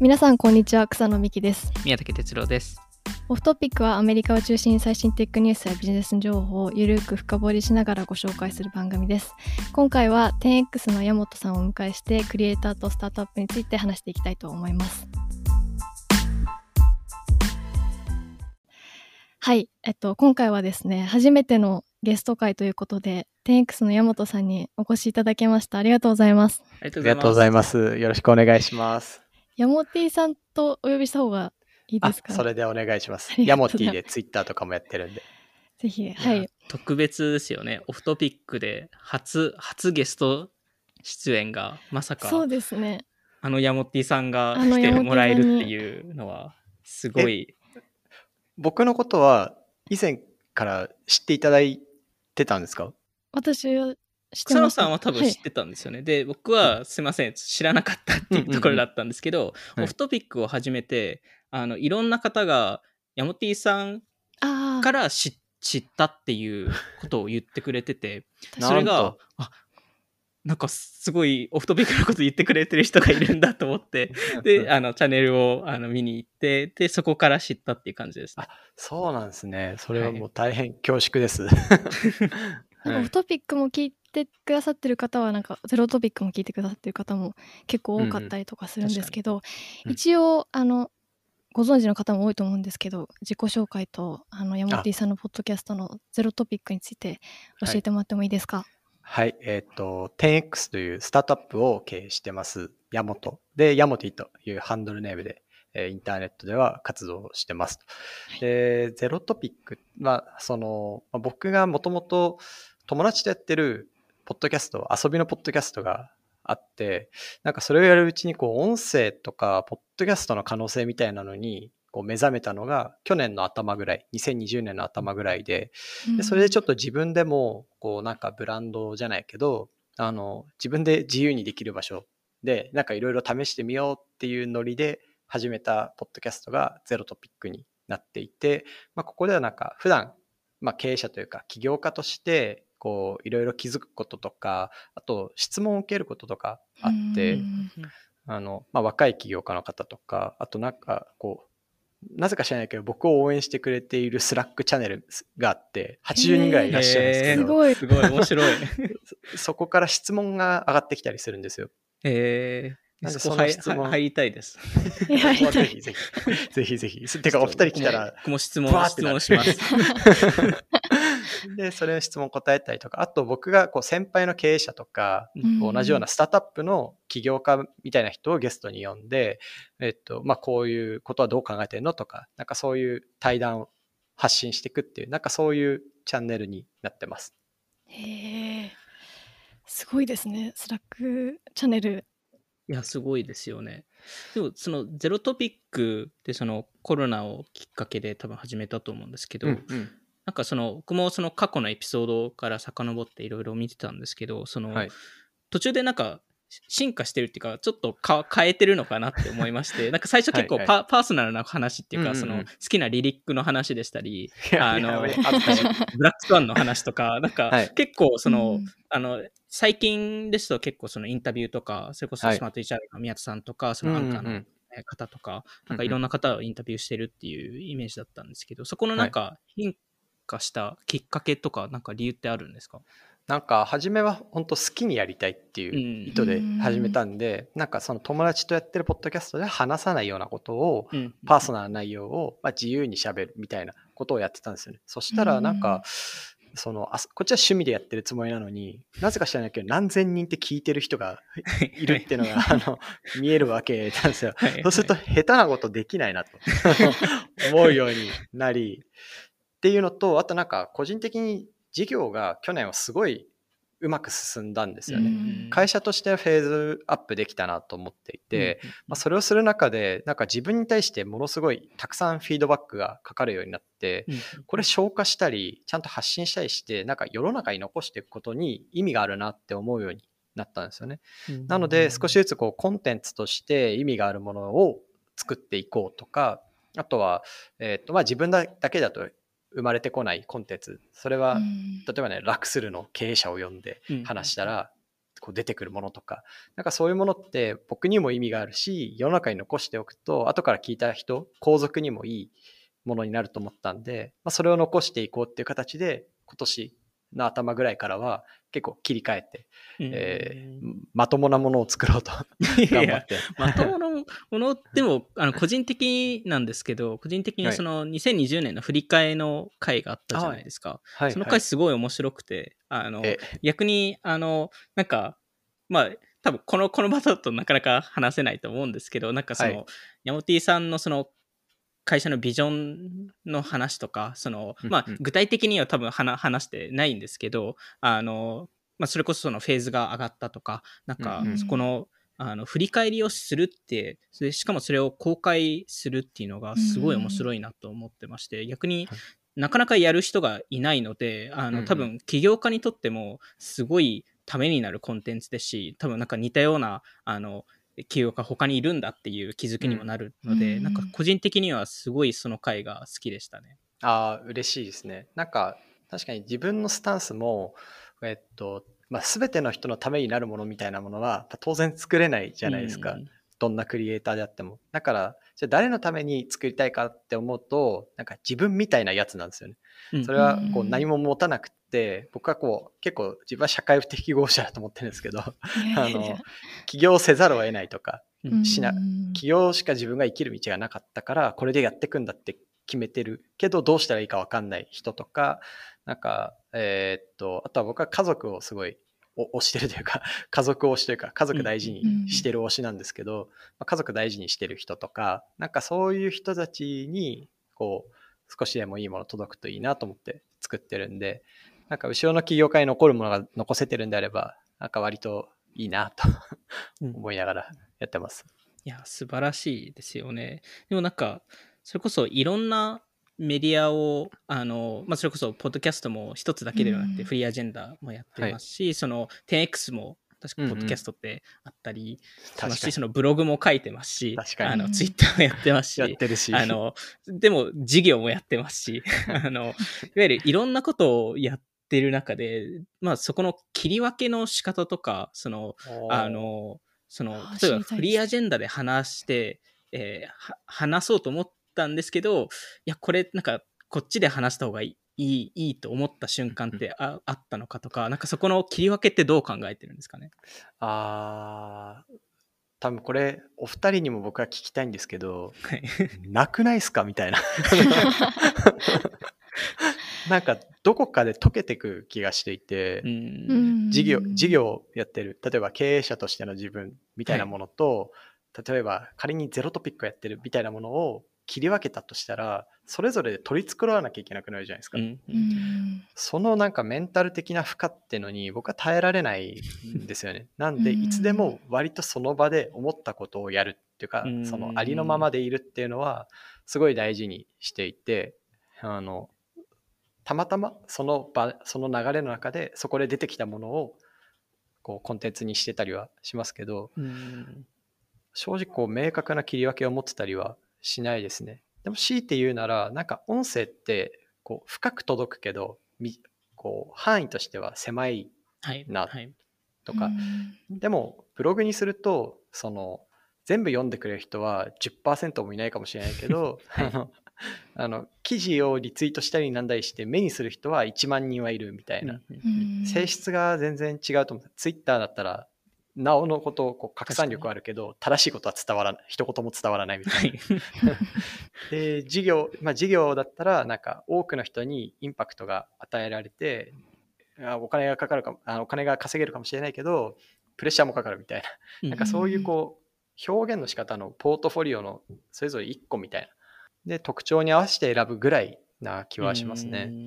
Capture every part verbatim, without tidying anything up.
皆さんこんにちは、草野美希です。 宮武哲郎です。 オフトピックはアメリカを中心に最新テックニュースやビジネス情報をゆるく深掘りしながらご紹介する番組です。今回は テンエックス の矢本さんをお迎えしてクリエイターとスタートアップについて話していきたいと思います。はい、えっと、今回はですね、初めてのゲスト会ということで テンエックス の矢本さんにお越しいただきました。ありがとうございます。 ありありがとうございます。よろしくお願いします。 ヤモティさんとお呼びした方がいいですか？ あ、それでお願いします。ヤモティでツイッターとかもやってるんで。 ぜひ、はい。 特別ですよね。オフトピックで初、初ゲスト出演が、まさか、 そうですね。 あのヤモティさんが来てもらえるっていうのは、すごい。 僕のことは以前から知っていただいてたんですか？ 私は草野さんは多分知ってたんですよね。はい、で、僕はすいません、知らなかったっていうところだったんですけど、うんうんうん、オフトピックを始めて、あのいろんな方がヤモティさんから知ったっていうことを言ってくれてて、それが、あ、なんかすごいオフトピックのこと言ってくれてる人がいるんだと思って、で、あのチャンネルをあの見に行って、で、そこから知ったっていう感じですね。 あ、そうなんですね。それはもう大変恐縮です。 なんかオフトピックも聞いてくださってる方はなんかゼロトピックも聞いてくださってる方も結構多かったりとかするんですけど、うんうん、一応あのご存知の方も多いと思うんですけど、自己紹介とあのヤモティさんのポッドキャストのゼロトピックについて教えてもらってもいいですか？ はい、はい、えっと テンエックス というスタートアップを経営してますヤモトで、ヤモティというハンドルネームでインターネットでは活動してます。で、ゼロトピックはその僕がもともと友達とやってるポッドキャスト、遊びのポッドキャストがあって、なんかそれをやるうちにこう音声とかポッドキャストの可能性みたいなのにこう目覚めたのが去年の頭ぐらい、にせんにじゅうねんの頭ぐらいで、でそれでちょっと自分でもこうなんかブランドじゃないけど、あの自分で自由にできる場所でなんかいろいろ試してみようっていうノリで始めたポッドキャストがゼロトピックになっていて、まあ、ここではなんか普段、まあ、経営者というか起業家としてこういろいろ気づくこととか、あと質問を受けることとかあって、あの、まあ、若い起業家の方とか、あとなんかこうなぜか知らないけど僕を応援してくれているスラックチャンネルがあってはちじゅうにんぐらいいらっしゃるんですけど、 すごいすごい面白いそこから質問が上がってきたりするんですよ。 へー、なんでその質問入りたいです。 ぜひぜひぜひぜひぜひ。てかお二人来たら僕も質問質問します。 でそれの質問答えたりとか、あと僕がこう先輩の経営者とか、うん、同じようなスタートアップの起業家みたいな人をゲストに呼んで、えっとまあこういうことはどう考えてるのとか、なんかそういう対談を発信していくっていう、なんかそういうチャンネルになってます。 へえ、すごいですね、スラックチャンネル。 いや、すごいですよね。でも、そのゼロトピックでそのコロナをきっかけで多分始めたと思うんですけど、うんうん、なんかその僕もその過去のエピソードから遡っていろいろ見てたんですけど、その、はい、途中でなんか進化してるっていうか、ちょっとか変えてるのかなって思いまして、なんか最初結構パ、はいはい、パーソナルな話っていうか、うんうん、その好きなリリックの話でしたり、あのブラックスワンの話とか、なんか結構その、はい、あの最近ですと結構そのインタビューとか、それこそスマート エイチアール の宮田さんとか、はい、そのアンカーの方とか、うんうん、なんかいろんな方をインタビューしてるっていうイメージだったんですけど、そこのなんか変化したきっかけとか、なんか理由ってあるんですか？ なんか初めは本当好きにやりたいっていう意図で始めたんで、うん、なんかその友達とやってるポッドキャストで話さないようなことを、うん、パーソナルな内容をまあ自由にしゃべるみたいなことをやってたんですよね。そしたらなんか、うん、そのあこっちは趣味でやってるつもりなのに、なぜか知らないけど何千人って聞いてる人がいるっていうのがあの見えるわけなんですよ。そうすると下手なことできないなと思うようになりっていうのと、あとなんか個人的に事業が去年はすごいうまく進んだんですよね。会社としてフェーズアップできたなと思っていて、まあ、それをする中でなんか自分に対してものすごいたくさんフィードバックがかかるようになって、これ消化したりちゃんと発信したりしてなんか世の中に残していくことに意味があるなって思うようになったんですよね。なので少しずつこうコンテンツとして意味があるものを作っていこうとか、あとは、えーとまあ、自分だけだと生まれてこないコンテンツ、それは、うん、例えばねラクスルの経営者を呼んで話したら、うん、 こう出てくるものとか、なんかそういうものって僕にも意味があるし、世の中に残しておくと後から聞いた人、後続にもいいものになると思ったんで、まあ、それを残していこうっていう形で今年の頭ぐらいからは結構切り替えて、えー、まともなものを作ろうと頑張ってまともなものでもあの個人的なんですけど、個人的にそのにせんにじゅうねんの振り替えの回があったじゃないですか、はい、その回すごい面白くて、あの逆にあのなんかまあ多分このこの場だとなかなか話せないと思うんですけど、なんかその、はい、ヤモティさんのその会社のビジョンの話とか、そのまあ具体的には多分話してないんですけど、あのまあそれこそそのフェーズが上がったとか、なんかそこのあの振り返りをするって、それしかもそれを公開するっていうのがすごい面白いなと思ってまして、逆になかなかやる人がいないので、あの多分起業家にとってもすごいためになるコンテンツですし、多分なんか似たようなあの企業家他にいるんだっていう気づきにもなるので、うん、なんか個人的にはすごいその回が好きでしたね。 ああ、嬉しいですね。なんか確かに自分のスタンスも、えっとまあ、全ての人のためになるものみたいなものは当然作れないじゃないですか、うん、どんなクリエイターであっても。だからじゃあ誰のために作りたいかって思うと、なんか自分みたいなやつなんですよね。うん、それはこう何も持たなくて、僕はこう結構自分は社会不適合者だと思ってるんですけどあの起業せざるを得ないとかしな、起業しか自分が生きる道がなかったからこれでやっていくんだって決めてるけどどうしたらいいか分かんない人とか、なんかえー、っとあとは僕は家族をすごい推してるというか家族推しというか家族大事にしてる推しなんですけど、うん、家族大事にしてる人とか、なんかそういう人たちにこう少しでもいいもの届くといいなと思って作ってるんで、なんか後ろの起業家に残るものが残せてるんであればなんか割といいなと思いながらやってます、 うん、いや素晴らしいですよね。でもなんかそれこそいろんなメディアをあの、まあ、それこそポッドキャストも一つだけではなくてフリーアジェンダもやってますし、はい、その テンエックス も確かポッドキャストってあったりしますし、うんうん、そのブログも書いてますし、あのツイッターもやってますし、 やってるしあのでも事業もやってますしあのいわゆるいろんなことをやってる中で、まあ、そこの切り分けの仕方とかそのあのその例えばフリーアジェンダで話して、えー、話そうと思ったんですけど、いやこれなんかこっちで話した方がいいいいいいと思った瞬間ってあ、あったのかとか、なんかそこの切り分けってどう考えてるんですかね。 あー多分これお二人にも僕は聞きたいんですけど、はい、なくないっすかみたいななんかどこかで溶けてく気がしていて、うん事業事業をやってる、例えば経営者としての自分みたいなものと、はい、例えば仮にゼロトピックやってるみたいなものを切り分けたとしたらそれぞれ取り繕わなきゃいけなくなるじゃないですか、うんうん、そのなんかメンタル的な負荷ってのに僕は耐えられないんですよねなんでいつでも割とその場で思ったことをやるっていうか、うん、そのありのままでいるっていうのはすごい大事にしていて、あのたまたまその場その流れの中でそこで出てきたものをこうコンテンツにしてたりはしますけど、うん、正直こう明確な切り分けを持ってたりはしないですね。でも強いて言うならなんか音声ってこう深く届くけどこう範囲としては狭いなとか、はいはい、でもブログにするとその全部読んでくれる人は じゅっパーセント もいないかもしれないけど、はい、あの記事をリツイートしたりなんだりして目にする人はいちまんにんはいるみたいな、性質が全然違うと思う。ツイッターだったらなおのことをこう拡散力あるけど正しいことは伝わらない、一言も伝わらないみたいなで事業、まあ、事業だったらなんか多くの人にインパクトが与えられてお金がかかるかあのお金が稼げるかもしれないけどプレッシャーもかかるみたいな、なんかそういうこう表現の仕方のポートフォリオのそれぞれいっこみたいなで特徴に合わせて選ぶぐらいな気はしますね。 うん、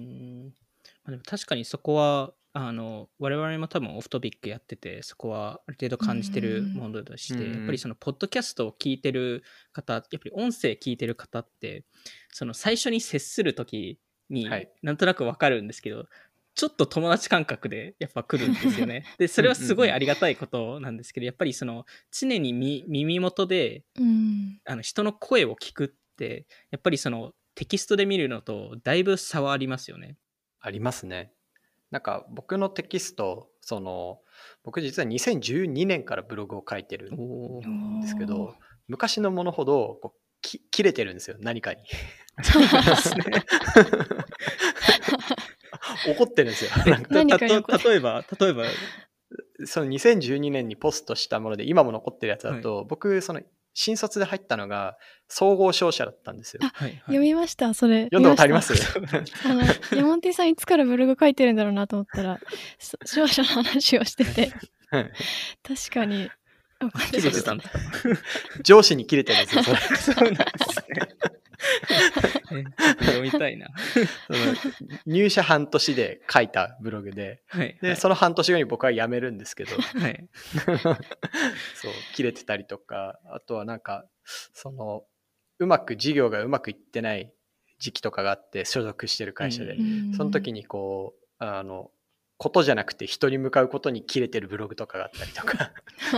でも確かにそこはあの我々も多分オフトピックやっててそこはある程度感じてるものとして、やっぱりそのポッドキャストを聞いてる方、やっぱり音声聞いてる方ってその最初に接する時になんとなく分かるんですけど、はい、ちょっと友達感覚でやっぱ来るんですよね。でそれはすごいありがたいことなんですけど、やっぱりその常に耳元で、うん、あの人の声を聞くってやっぱりそのテキストで見るのとだいぶ差はありますよね。 ありますね。 なんか僕のテキスト、その僕実はにせんじゅうにねんからブログを書いてるんですけど、昔のものほどこうき切れてるんですよ、何かに。 そうなんですね。 怒ってるんですよ。なんか何かに怒って例えば、例えば、 そのにせんじゅうにねんにポストしたもので今も残ってるやつだと、はい、僕その新卒で入ったのが総合商社だったんですよ。 あ、はいはい、読みましたそれ。 読んだことあります？ あの山本さんいつからブログ書いてるんだろうなと思ったら商社の話をしてて確かに切れてたんだ。 上司に切れてるんですよ。それそうなんですね。読みたいな。 その入社半年で書いたブログで、 はいで、はい、その半年後に僕は辞めるんですけど、 はい、 そう切れてたりとか、あとはなんかそのうまく事業がうまくいってない時期とかがあって所属してる会社で、その時にこうあのことじゃなくて人に向かうことに切れてるブログとかがあったりとか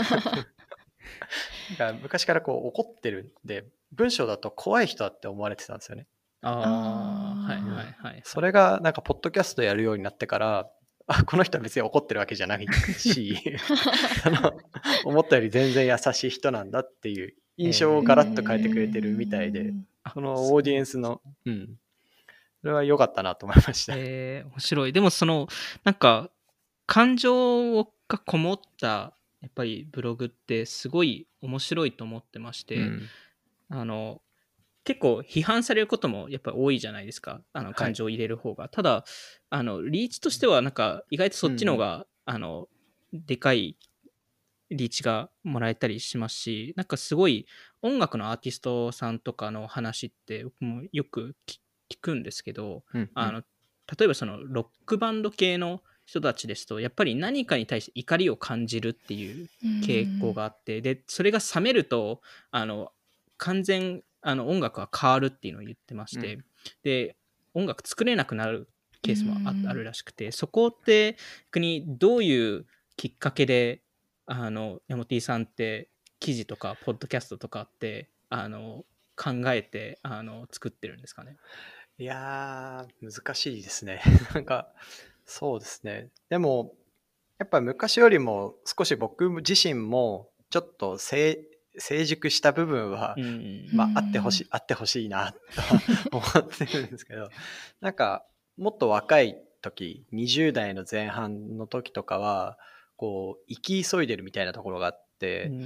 なんか昔からこう怒ってるんで文章だと怖い人だって思われてたんですよね。 ああ、はいはいはい。 それがなんかポッドキャストやるようになってからあこの人は別に怒ってるわけじゃないしあの思ったより全然優しい人なんだっていう印象をガラッと変えてくれてるみたいで、このオーディエンスのうんそれは良かったなと思いました。 えー、面白い。でもそのなんか感情がこもったやっぱりブログってすごい面白いと思ってまして、うん、あの結構批判されることもやっぱり多いじゃないですか、あの感情を入れる方が、はい、ただあのリーチとしてはなんか意外とそっちの方が、うん、あのでかいリーチがもらえたりしますし、なんかすごい音楽のアーティストさんとかの話って僕もよく聞くんですけど、うんうん、あの例えばそのロックバンド系の人たちですとやっぱり何かに対して怒りを感じるっていう傾向があって、でそれが冷めるとあの完全あの音楽は変わるっていうのを言ってまして、うん、で音楽作れなくなるケースも あ, あるらしくて、そこって逆にどういうきっかけであのヤモティさんって記事とかポッドキャストとかってあの考えてあの作ってるんですかね？ いやー難しいですねなんかそうですね。でもやっぱ昔よりも少し僕自身もちょっと成成熟した部分は、うん、まああってほしいあってほしいなと思ってるんですけど、なんかもっと若い時にじゅう代の前半の時とかはこう生き急いでるみたいなところがあって、うん、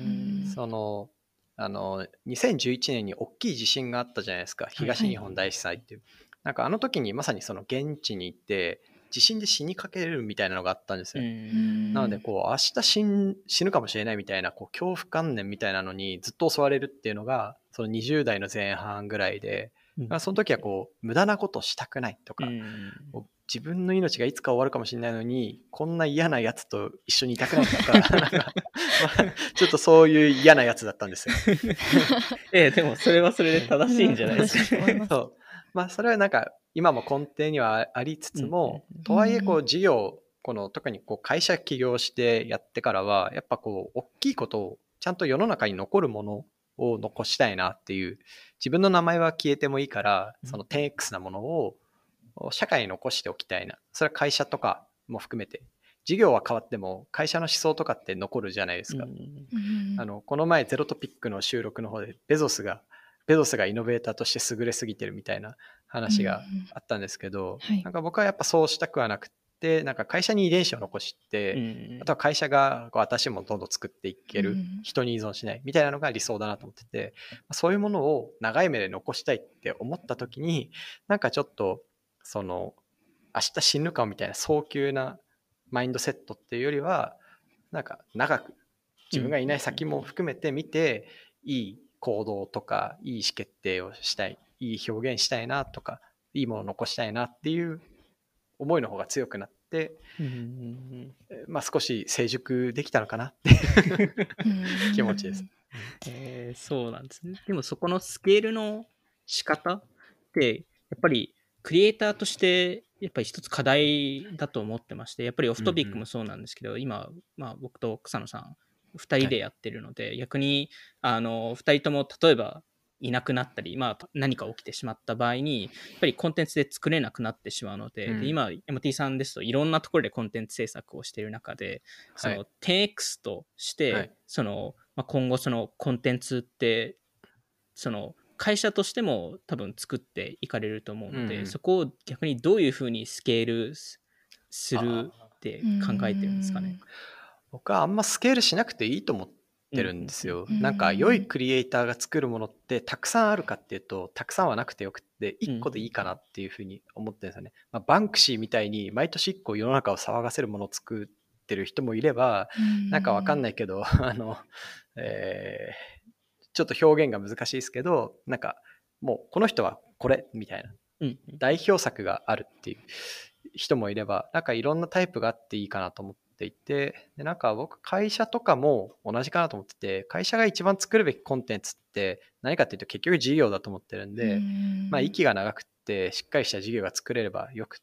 そのあのにせんじゅういちねんに大きい地震があったじゃないですか、東日本大震災っていう、はい、なんかあの時にまさにその現地に行って地震で死にかけるみたいなのがあったんですよ。なのでこう明日 死, ん死ぬかもしれないみたいなこう恐怖観念みたいなのにずっと襲われるっていうのがそのにじゅう代の前半ぐらいで、うん、その時はこう無駄なことしたくないとか、こう自分の命がいつか終わるかもしれないのにこんな嫌なやつと一緒にいたくないとかなんか、まあ、ちょっとそういう嫌なやつだったんですよ。 ええ、でもそれはそれで正しいんじゃないですか。 そうまあそれはなんか今も根底にはありつつも、うん、とはいえこう事業この特にこう会社起業してやってからはやっぱこう大きいことをちゃんと世の中に残るものを残したいなっていう、自分の名前は消えてもいいからその テンエックス なものを社会に残しておきたいな。それは会社とかも含めて、事業は変わっても会社の思想とかって残るじゃないですか。うん、あのこの前ゼロトピックの収録の方でベゾスがベゾスがイノベーターとして優れすぎてるみたいな話があったんですけど、うんはい、なんか僕はやっぱそうしたくはなくて、なんか会社に遺伝子を残して、うん、あとは会社がこう新しいものをどんどん作っていける、うん、人に依存しないみたいなのが理想だなと思ってて、そういうものを長い目で残したいって思った時に、なんかちょっとその明日死ぬかみたいな早急なマインドセットっていうよりは、なんか長く自分がいない先も含めて見て、いい行動とかいい意思決定をしたい、いい表現したいなとかいいものを残したいなっていう思いの方が強くなって、うん、まあ少し成熟できたのかなっていう気持ちです。 えー、そうなんですね。でもそこのスケールの仕方ってやっぱりクリエイターとしてやっぱり一つ課題だと思ってまして、やっぱりオフトピックもそうなんですけど、うんうん、今、まあ、僕と草野さんふたりでやってるので、はい、逆にあのふたりとも例えばいなくなったり、まあ、何か起きてしまった場合にやっぱりコンテンツで作れなくなってしまうので、うん、で今 エムティー さんですといろんなところでコンテンツ制作をしている中で、その テンエックス として、はい、そのまあ、今後そのコンテンツってその会社としても多分作っていかれると思うので、うん、そこを逆にどういうふうにスケールするって考えてるんですかね。 僕はあんまスケールしなくていいと思ってるんですよ。うん、なんか良いクリエイターが作るものってたくさんあるかっていうとたくさんはなくてよくっていっこでいいかなっていうふうに思ってるんですよね。まあ、バンクシーみたいに毎年いっこ世の中を騒がせるものを作ってる人もいれば、うん、なんかわかんないけどあの、えー、ちょっと表現が難しいですけどなんかもうこの人はこれみたいな、うん、代表作があるっていう人もいればなんかいろんなタイプがあっていいかなと思っていて、でなんか僕会社とかも同じかなと思ってて、会社が一番作るべきコンテンツって何かっていうと結局事業だと思ってるんで、んまあ息が長くってしっかりした事業が作れればよくって、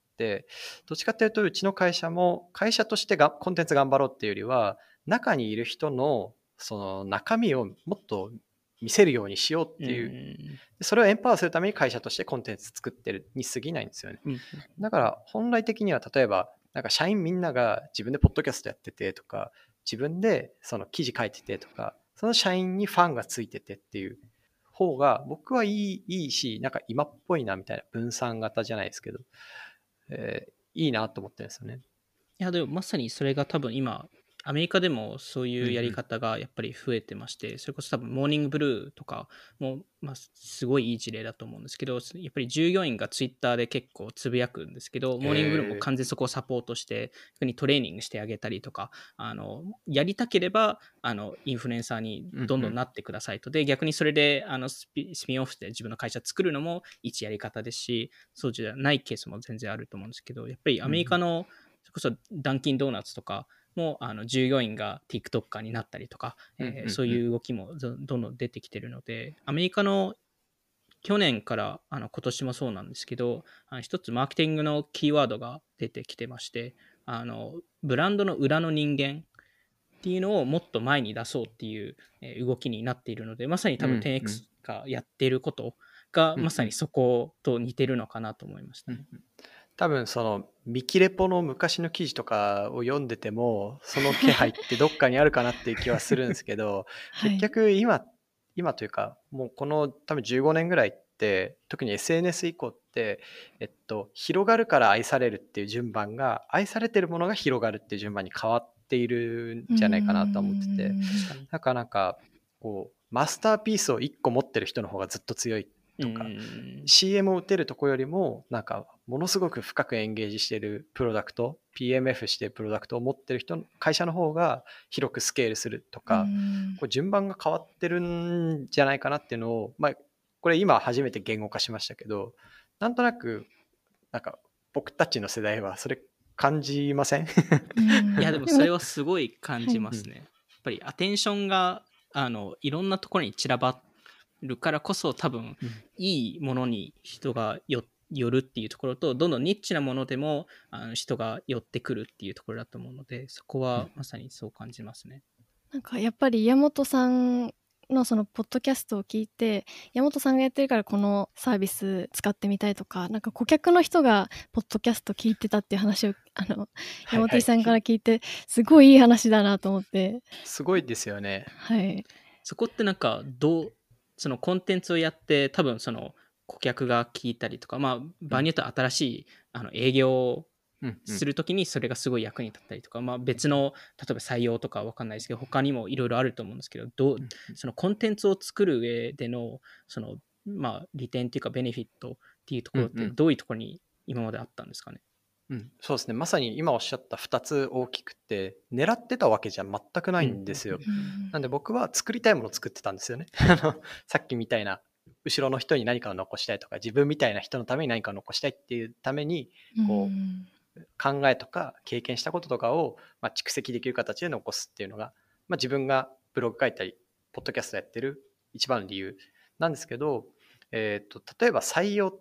どっちかっていうとうちの会社も会社としてがコンテンツ頑張ろうっていうよりは中にいる人のその中身をもっと見せるようにしようっていう、うそれをエンパワーするために会社としてコンテンツ作ってるに過ぎないんですよね。だから本来的には例えばなんか社員みんなが自分でポッドキャストやっててとか自分でその記事書いててとかその社員にファンがついててっていう方が僕はいい、いいしなんか今っぽいなみたいな分散型じゃないですけど、えー、いいなと思ってるんですよね。 いやでもまさにそれが多分今アメリカでもそういうやり方がやっぱり増えてまして、うんうん、それこそ多分モーニングブルーとかも、まあ、すごいいい事例だと思うんですけど、やっぱり従業員がツイッターで結構つぶやくんですけど、モーニングブルーも完全にそこをサポートして逆にトレーニングしてあげたりとか、あのやりたければあのインフルエンサーにどんどんなってくださいと、うんうん、で逆にそれであのスピ、スピンオフで自分の会社作るのも一やり方ですし、そうじゃないケースも全然あると思うんですけど、やっぱりアメリカの、うんそれこそダンキンドーナツとかもあの従業員が TikToker になったりとか、うんうんうんえー、そういう動きもどんどん出てきてるので、アメリカの去年からあの今年もそうなんですけど、あの一つマーケティングのキーワードが出てきてまして、あのブランドの裏の人間っていうのをもっと前に出そうっていう動きになっているので、まさに多分 テンエックス がやっていることがまさにそこと似てるのかなと思いましたね。うんうん多分その見切れポの昔の記事とかを読んでてもその気配ってどっかにあるかなっていう気はするんですけど、はい、結局今今というかもうこの多分じゅうごねんぐらいって特に エスエヌエス 以降ってえっと広がるから愛されるっていう順番が愛されてるものが広がるっていう順番に変わっているんじゃないかなと思ってて、だからなんかこうマスターピースをいっこ持ってる人の方がずっと強いとか、シーエム を打てるとこよりもなんかものすごく深くエンゲージしているプロダクト ピーエムエフ しているプロダクトを持ってる人会社の方が広くスケールするとか、こう順番が変わってるんじゃないかなっていうのを、まあ、これ今初めて言語化しましたけど、なんとなくなんか僕たちの世代はそれ感じません？ いやでもそれはすごい感じますね。やっぱりアテンションがあのいろんなところに散らばってるからこそ多分、うん、いいものに人がよ寄るっていうところとどんどんニッチなものでもあの人が寄ってくるっていうところだと思うので、そこはまさにそう感じますね。 なんかやっぱり山本さんのそのポッドキャストを聞いて山本さんがやってるからこのサービス使ってみたいとか、なんか顧客の人がポッドキャスト聞いてたっていう話をあの山本さんから聞いて、はいはい、すごいいい話だなと思って。 すごいですよね。 はい。 そこってなんかどうそのコンテンツをやって多分その顧客が聞いたりとか、まあ場合によっては新しいあの営業をするときにそれがすごい役に立ったりとか、まあ別の例えば採用とかわかんないですけど他にもいろいろあると思うんですけど、どうそのコンテンツを作る上でのそのまあ利点っていうかベネフィットっていうところってどういうところに今まであったんですかね？ うん、そうですね。まさに今おっしゃったふたつ大きくて狙ってたわけじゃ全くないんですよ。うん、なんで僕は作りたいものを作ってたんですよね。さっきみたいな後ろの人に何かを残したいとか自分みたいな人のために何かを残したいっていうためにこう、うん、考えとか経験したこととかを、まあ、蓄積できる形で残すっていうのが、まあ、自分がブログ書いたりポッドキャストやってる一番の理由なんですけど、えー、と例えば採用って、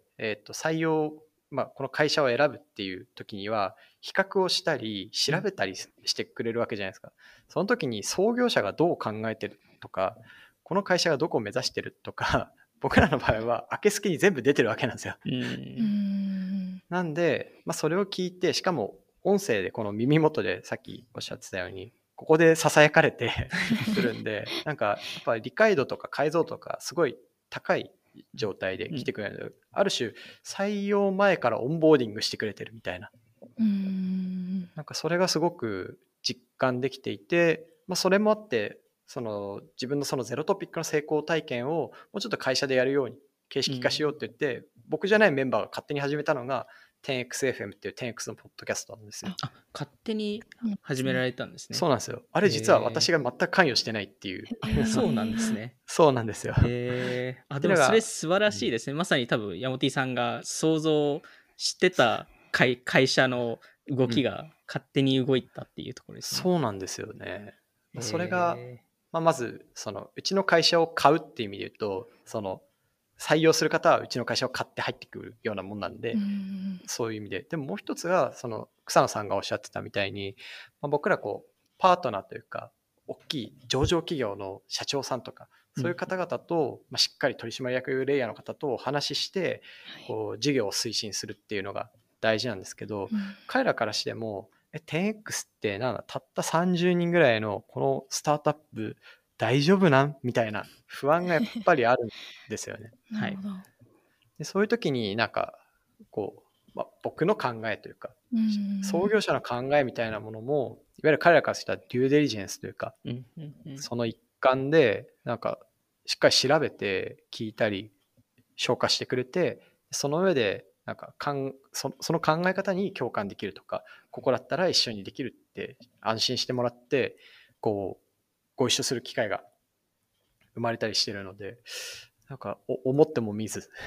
えー、と採用まあ、この会社を選ぶっていう時には比較をしたり調べたりしてくれるわけじゃないですか。その時に創業者がどう考えてるとかこの会社がどこを目指してるとか、僕らの場合は明けすけに全部出てるわけなんですよ。 う。 うんん。 なんで、まあ、それを聞いて、しかも音声でこの耳元でさっきおっしゃってたように、ここで囁かれてくるんで、なんかやっぱり理解度とか解像度とかすごい高い状態で来てくれるので、うん、ある種採用前からオンボーディングしてくれてるみたいな。 うん。 なんかそれがすごく実感できていて、まあ、それもあって、その自分のそのゼロトピックの成功体験をもうちょっと会社でやるように形式化しようって言って、うん、僕じゃないメンバーが勝手に始めたのが テンエックスエフエム っていう テンエックス のポッドキャストなんですよ。 あ、勝手に始められたんですね。 そうなんですよ。あれ実は私が全く関与してないっていう。 そうなんですね。 そうなんですよ。 へえ。あ、でもそれ素晴らしいですね。まさに多分、ヤモティさんが想像してた 会, 会社の動きが勝手に動いたっていうところですね。 そうなんですよね。それが、まあ、まずそのうちの会社を買うっていう意味で言うと、その採用する方はうちの会社を買って入ってくるようなもんなんで、うん、そういう意味で。でももう一つがその草野さんがおっしゃってたみたいに、まあ、僕らこうパートナーというか大きい上場企業の社長さんとかそういう方々と、まあ、しっかり取締役レイヤーの方とお話ししてこう事業を推進するっていうのが大事なんですけど、うん、彼らからしてもえ テンエックス ってなんだたったさんじゅうにんぐらいのこのスタートアップ大丈夫なんみたいな不安がやっぱりあるんですよね。 はい。 でそういう時になんかこう、まあ、僕の考えというか、うん、創業者の考えみたいなものもいわゆる彼らからしたらデューデリジェンスというか、うんうんうん、その一環でなんかしっかり調べて聞いたり消化してくれて、その上でなんかかん そ, その考え方に共感できるとか、ここだったら一緒にできるって安心してもらってこうご一緒する機会が生まれたりしてるので、なんか思っても見ず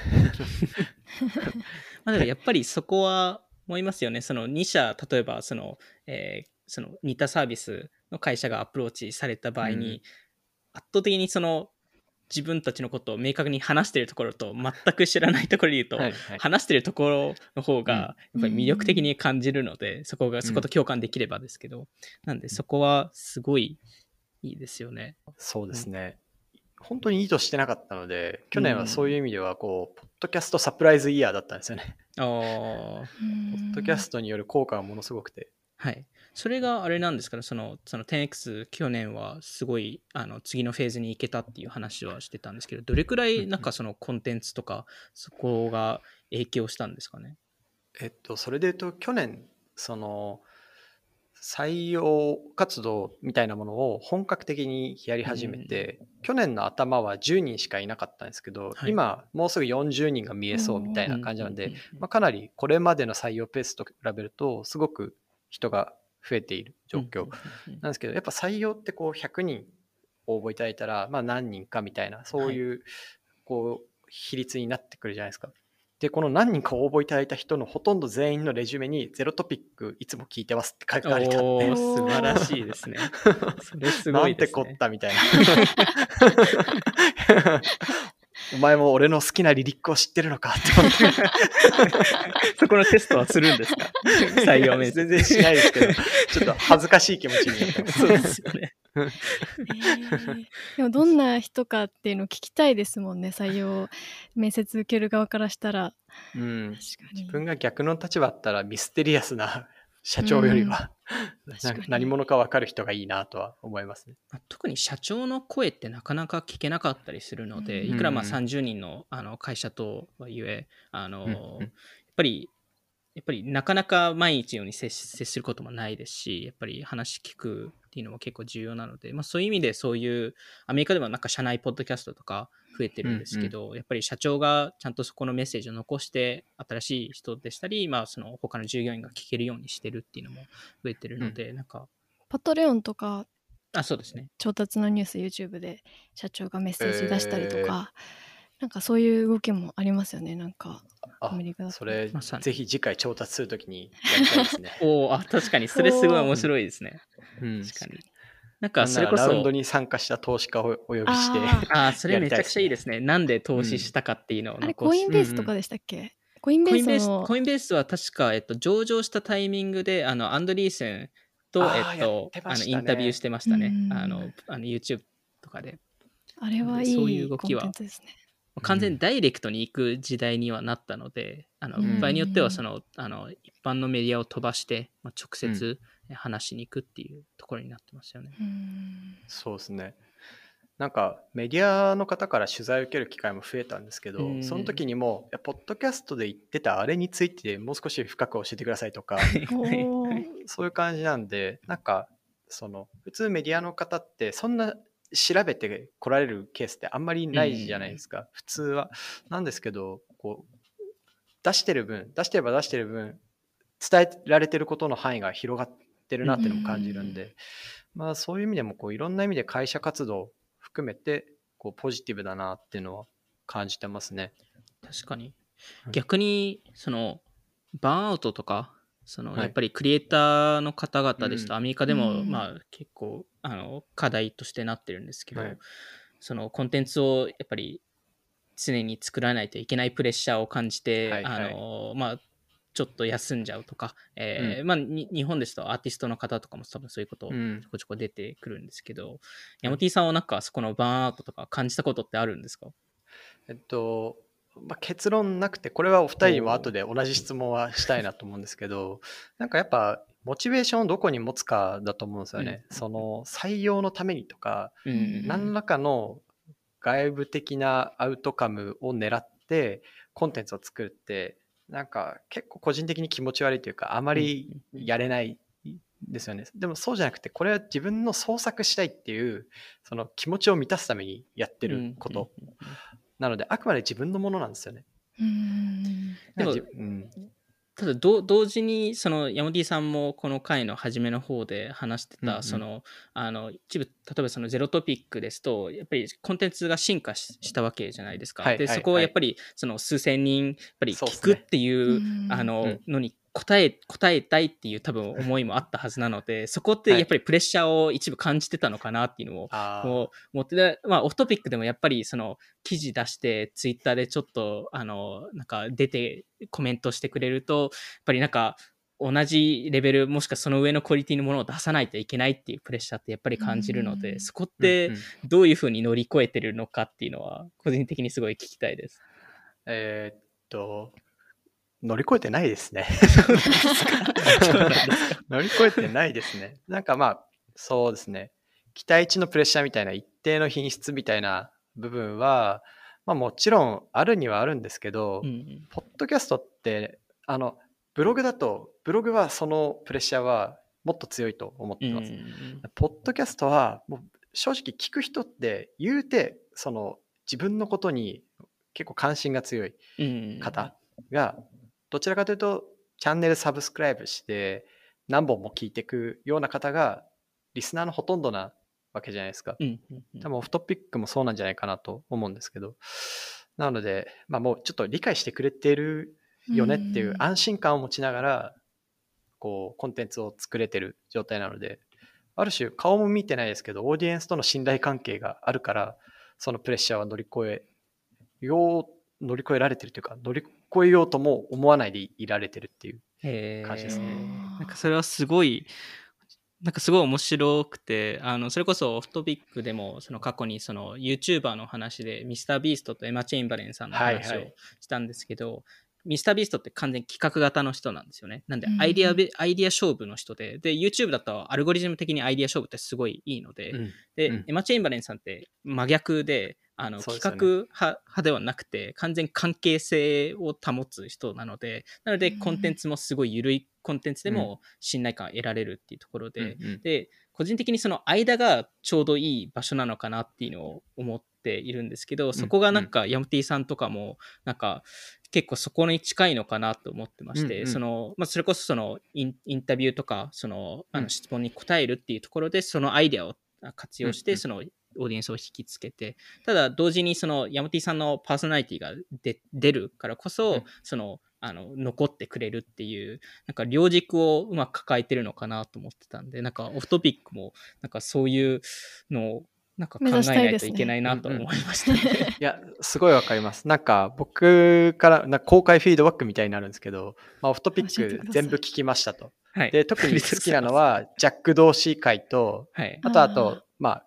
まあでもやっぱりそこは思いますよね。そのに社例えばその、えー、その似たサービスの会社がアプローチされた場合に、うん、圧倒的にその自分たちのことを明確に話しているところと全く知らないところで言うと、はいはい、話しているところの方がやっぱり魅力的に感じるので、うん、そこがそこと共感できればですけど、うん、なんでそこはすごいいいですよね。 そうですね、うん、本当に意図してなかったので、去年はそういう意味ではこう、ポッドキャストサプライズイヤーだったんですよね。あポッドキャストによる効果がものすごくて、 はい、それがあれなんですかね、その、その テンエックス 去年はすごいあの次のフェーズに行けたっていう話はしてたんですけど、どれくらいなんかそのコンテンツとかそこが影響したんですかね。 えっとそれで言うと去年その採用活動みたいなものを本格的にやり始めて、うん、去年の頭はじゅうにんしかいなかったんですけど、はい、今もうすぐよんじゅうにんが見えそうみたいな感じなんで、まあ、かなりこれまでの採用ペースと比べるとすごく人が増えている状況なんですけど、やっぱ採用ってこうひゃくにん応募いただいたらまあ何人かみたいな、そういうこう比率になってくるじゃないですか。でこの何人か応募いただいた人のほとんど全員のレジュメにゼロトピックいつも聞いてますって書かれてあって、 お素晴らしいですね。それすごいですね。 なんてこったみたいな。お前も俺の好きなリリックを知ってるのかって思ってそこのテストはするんですか？採用面接。 全然しないですけど、ちょっと恥ずかしい気持ちになってます。 そうですよね。 えー、でもどんな人かっていうのを聞きたいですもんね、採用面接受ける側からしたら。 うん、確かに自分が逆の立場だったらミステリアスな社長よりは、うん、何者か分かる人がいいなとは思いますね。 特に社長の声ってなかなか聞けなかったりするので、うん、いくらまあさんじゅうにん の, あの会社とはいえあの、うん、やっぱりやっぱりなかなか毎日のように接接することもないですし、やっぱり話聞くっていうのも結構重要なので、まあ、そういう意味でそういうアメリカでもなんか社内ポッドキャストとか増えてるんですけど、うんうん、やっぱり社長がちゃんとそこのメッセージを残して新しい人でしたり、まあ、その他の従業員が聞けるようにしてるっていうのも増えてるので、うん、なんかパトレオンとかあそうですね調達のニュース YouTube で社長がメッセージ出したりとか、えー、なんかそういう動きもありますよね。なんかアメリカだとそれ、まあ、ぜひ次回調達するときにやりたいですね。 おあ確かにそれすごい面白いですね。うん、確かに。なんかそれこそラウンドに参加した投資家をお呼びしてああそれめちゃくちゃいいですね。なんで投資したかっていうのを残し、うん、 あれコインベースとかでしたっけ？うんうん、コインベースのコインベースは確か、えっと、上場したタイミングであのアンドリーセンと、えっと、あのインタビューしてましたね。あのあの YouTube とかで。 あれはいそういういコン動きはテンツですね。 完全にダイレクトに行く時代にはなったので、あのうん場合によってはそのあの一般のメディアを飛ばして、まあ、直接話しに行くっていうところになってますよね。 うんそうですね。なんかメディアの方から取材を受ける機会も増えたんですけど、 うんその時にも、いやポッドキャストで言ってたあれについてもう少し深く教えてくださいとか、 おーそういう感じなんで、なんかその普通メディアの方ってそんな調べて来られるケースってあんまりないじゃないですか、普通は。なんですけど、こう出してる分、出してれば出してる分、伝えられてることの範囲が広がってるなっていうのも感じるんで、まあそういう意味でもこういろんな意味で会社活動を含めてこうポジティブだなっていうのは感じてますね。 確かにうん逆にそのバーンアウトとかそのはいやっぱりクリエイターの方々ですと、 うんアメリカでもうんまあ結構あの課題としてなってるんですけど、 はいそのコンテンツをやっぱり常に作らないといけないプレッシャーを感じて、 はいはいあのまあちょっと休んじゃうとか、えーうんまあ、に日本ですとアーティストの方とかも多分そういうことうんちょこちょこ出てくるんですけど、山 T さんはなんかそこのバーンアウトとか感じたことってあるんですか？ えっと、まあ、結論なくて、これはお二人にも後で同じ質問はしたいなと思うんですけど、なんかやっぱモチベーションをどこに持つかだと思うんですよね。 うんその採用のためにとか、 うんうん何らかの外部的なアウトカムを狙ってコンテンツを作るってなんか結構個人的に気持ち悪いというかあまりやれないですよね。でもそうじゃなくてこれは自分の創作したいっていうその気持ちを満たすためにやってることなのであくまで自分のものなんですよね。 うんでもじうんただど同時にその山 T さんもこの回の初めの方で話してた、 うんうんそのあの一部例えばそのゼロトピックですとやっぱりコンテンツが進化ししたわけじゃないですか。 はいはいでそこをやっぱりその数千人やっぱりそうっすね聞くっていううんあの、 うんのに答え答えたいっていう多分思いもあったはずなのでそこってやっぱりプレッシャーを一部感じてたのかなっていうのをあーこう思ってで、まあ、オフトピックでもやっぱりその記事出してツイッターでちょっとあのなんか出てコメントしてくれるとやっぱりなんか同じレベルもしくはその上のクオリティのものを出さないといけないっていうプレッシャーってやっぱり感じるので、 うんそこってうんうんどういうふうに乗り越えてるのかっていうのは個人的にすごい聞きたいです。 えーっと乗り越えてないですね。乗り越えてないですね。なんかまあそうですね。期待値のプレッシャーみたいな一定の品質みたいな部分は、まあ、もちろんあるにはあるんですけど、 うんポッドキャストってあのブログだとブログはそのプレッシャーはもっと強いと思っうんてます。ポッドキャストはもう正直聞く人って言うてその自分のことに結構関心が強いうん方がどちらかというとチャンネルサブスクライブして何本も聞いていくような方がリスナーのほとんどなわけじゃないですか。 うんうんうん多分オフトピックもそうなんじゃないかなと思うんですけど、なので、まあ、もうちょっと理解してくれてるよねっていう安心感を持ちながらこうコンテンツを作れてる状態なので、ある種顔も見てないですけどオーディエンスとの信頼関係があるからそのプレッシャーは乗り越えよう乗り越えられてるというか乗り越えようとも思わないでいられてるっていう感じですね。 なんかそれはすごいなんかすごい面白くて、あのそれこそオフトピックでもその過去にその YouTuber の話でミスタービーストとエマ・チェインバレンさんの話をはいはいしたんですけど、ミスタービーストって完全に企画型の人なんですよね。なんでアイディアベ、アイディア勝負の人で、で YouTube だとアルゴリズム的にアイディア勝負ってすごいいいので、 うんで、 うんエマ・チェインバレンさんって真逆で、あのそう企ですよね画派派ではなくて完全に関係性を保つ人なので、なのでコンテンツもすごい緩いコンテンツでも信頼感を得られるっていうところで、 うんうんで個人的にその間がちょうどいい場所なのかなっていうのを思っているんですけど、そこがなんかヤムティさんとかもなんか結構そこに近いのかなと思ってまして、 うんうんそのまあ、それこそそのイン、インタビューとかそのあうんの質問に答えるっていうところでそのアイデアを活用しうんうんてそのオーディエンスを引きつけて、ただ同時にそのヤムティさんのパーソナリティがで出るからこそ、 うんそのあの残ってくれるっていうなんか両軸をうまく抱えてるのかなと思ってたんで、なんかオフトピックもなんかそういうのをなんか考えないといけないなと思いましたね。 いやすごいわかります。なんか僕からなんか公開フィードバックみたいになるんですけど、まあ、オフトピック全部聞きましたと。 はい、 で特に好きなのはジャック・ドーシー会と、 はい、 あとあとまあ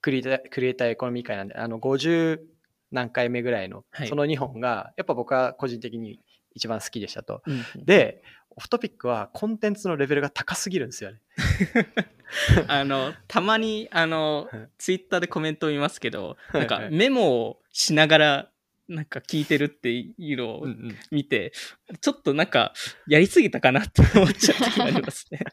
クリエイター、クリエイターエコノミー会なんで、あのごじゅう何回目ぐらいの、 はいそのにほんが、やっぱ僕は個人的に一番好きでしたと。 うんうんで、オフトピックはコンテンツのレベルが高すぎるんですよね。 あのたまにあのはいツイッターでコメントを見ますけど、なんかはいはいメモをしながらなんか聞いてるっていうのをうんうん見て、ちょっとなんかやりすぎたかなって思っちゃう時がありますね。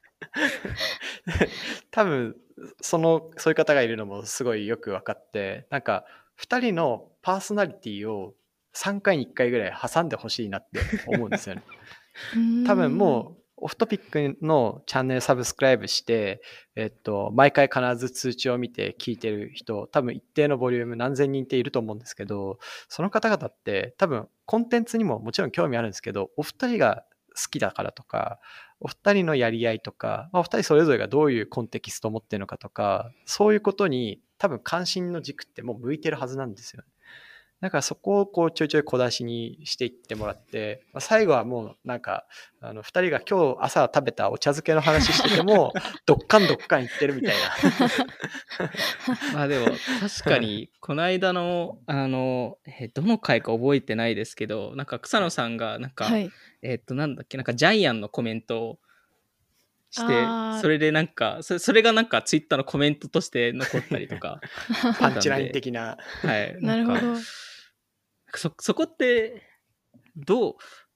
多分そのそういう方がいるのもすごいよく分かって、なんかふたりのパーソナリティをさんかいにいっかいぐらい挟んでほしいなって思うんですよね。多分もうオフトピックのチャンネルサブスクライブして、えっと、毎回必ず通知を見て聞いてる人、多分一定のボリューム何千人っていると思うんですけど、その方々って多分コンテンツにももちろん興味あるんですけど、お二人が好きだからとか、お二人のやり合いとか、まあ、お二人それぞれがどういうコンテキストを持ってるのかとか、そういうことに多分関心の軸ってもう向いてるはずなんですよね。だからそこをこうちょいちょい小出しにしていってもらって、まあ、最後はもうなんかあのふたりが今日朝食べたお茶漬けの話しててもどっかんどっかん言ってるみたいな。まあでも確かにこの間のあのえどの回か覚えてないですけど、なんか草野さんがなんか、はい、えっとなんだっけなんかジャイアンのコメントをしてそれでなんかそれ、それがなんかツイッターのコメントとして残ったりとかパンチライン的な、 はい、 なるほど。 そ, そこってどう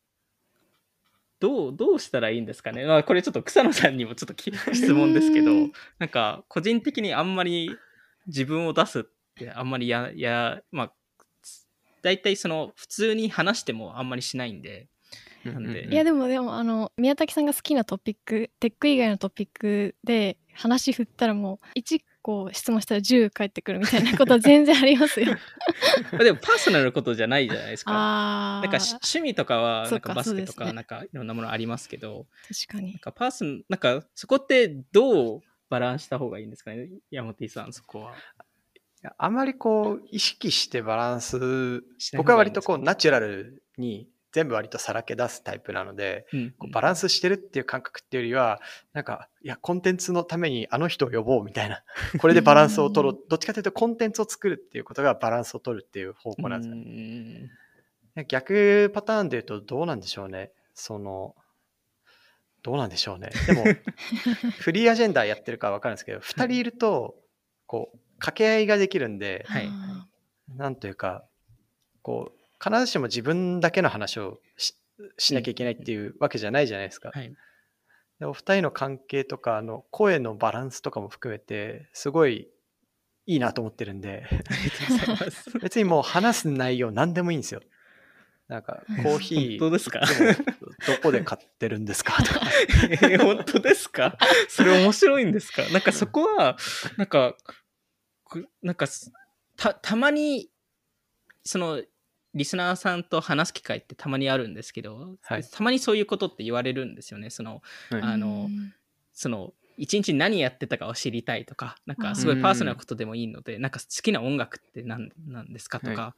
どうどうしたらいいんですかね。まあこれちょっと草野さんにもちょっと質問ですけど、なんか個人的にあんまり自分を出すってあんまりややまあ大体その普通に話してもあんまりしないんで。なんでいやでもでもあの宮武さんが好きなトピック、テック以外のトピックで話振ったらもういっこ質問したらじゅう返ってくるみたいなことは全然ありますよ。 でもパーソナルのことじゃないじゃないですか。 あなんか趣味とかはなんかバスケとそうかそうですねかなんかいろんなものありますけど、 確かになんかパーソンなんかそこってどうバランスした方がいいんですかね、山本さん。そこはあまりこう意識してバランス、僕は割とこうナチュラルに全部割とさらけ出すタイプなので、うんうん、こうバランスしてるっていう感覚っていうよりは、なんかいやコンテンツのためにあの人を呼ぼうみたいな、これでバランスを取ろうどっちかというとコンテンツを作るっていうことがバランスを取るっていう方向なんですよね。うん、逆パターンでいうとどうなんでしょうね。そのどうなんでしょうね。でもフリーアジェンダーやってるかは分かるんですけど、ふたりいるとこう掛け合いができるんで、はい、なんというかこう必ずしも自分だけの話を し, しなきゃいけないっていうわけじゃないじゃないですか。はい、でお二人の関係とかの声のバランスとかも含めてすごいいいなと思ってるんで別にもう話す内容何でもいいんですよ。なんかコーヒー本当ですかどこで買ってるんですかとかえー、本当ですかそれ面白いんですか。なんかそこはなんかなんか た, たまにそのリスナーさんと話す機会ってたまにあるんですけど、はい、たまにそういうことって言われるんですよね。その、はい、あのその一日何やってたかを知りたいとか、なんかすごいパーソナルなことでもいいので、なんか好きな音楽って何なんですかとか、はい、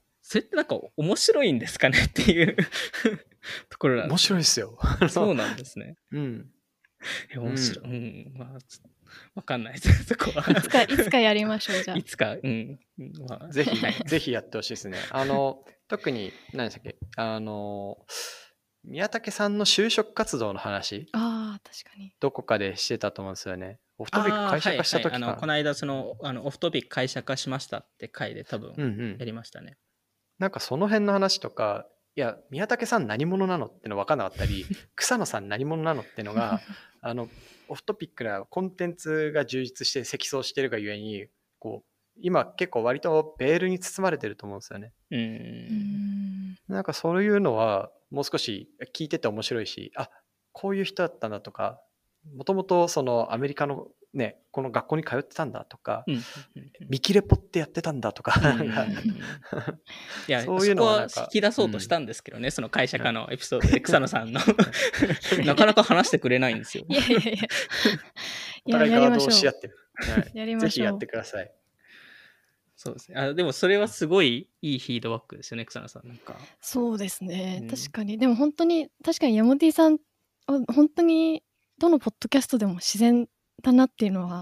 それってなんか面白いんですかねっていうところなんです。 面白いですよ。 そうなんですね。 うん。 面白い。うん、うん、まあわかんないですそこは。 いつかいつかやりましょうじゃあ。 いつか、うん、 まあ、ぜひぜひやってほしいですね。あの特に何でしたっけ、あの宮武さんの就職活動の話、 ああ確かにどこかでしてたと思うんですよね。オフトピック会社化した時か、 はいはい、あのこの間そのあのオフトピック会社化しましたって回で多分やりましたね。うんうん、 なんかその辺の話とか、いや宮武さん何者なのっての分からなかったり草野さん何者なのってのがあのオフトピックなコンテンツが充実して積層してるがゆえにこう今結構割とベールに包まれてると思うんですよね。 うーんなんかそういうのはもう少し聞いてて面白いし、あこういう人だったんだとか、もともとそのアメリカのねこの学校に通ってたんだとか、うんうんうん、見切れポってやってたんだとか、うんうんうん、いやそういうのは引き出そうとしたんですけどね、うん、その会社化のエピソードで草野さんのなかなか話してくれないんですよ。 いやいやいやお互いガードをし合ってる、はい、 やりましょう。 ぜひやってください。 そうですね。あでもそれはすごいいいフィードバックですよね、草野さん。なんかそうですね、うん、確かに。でも本当に確かに山本さんは本当にどのポッドキャストでも自然だなっていうのは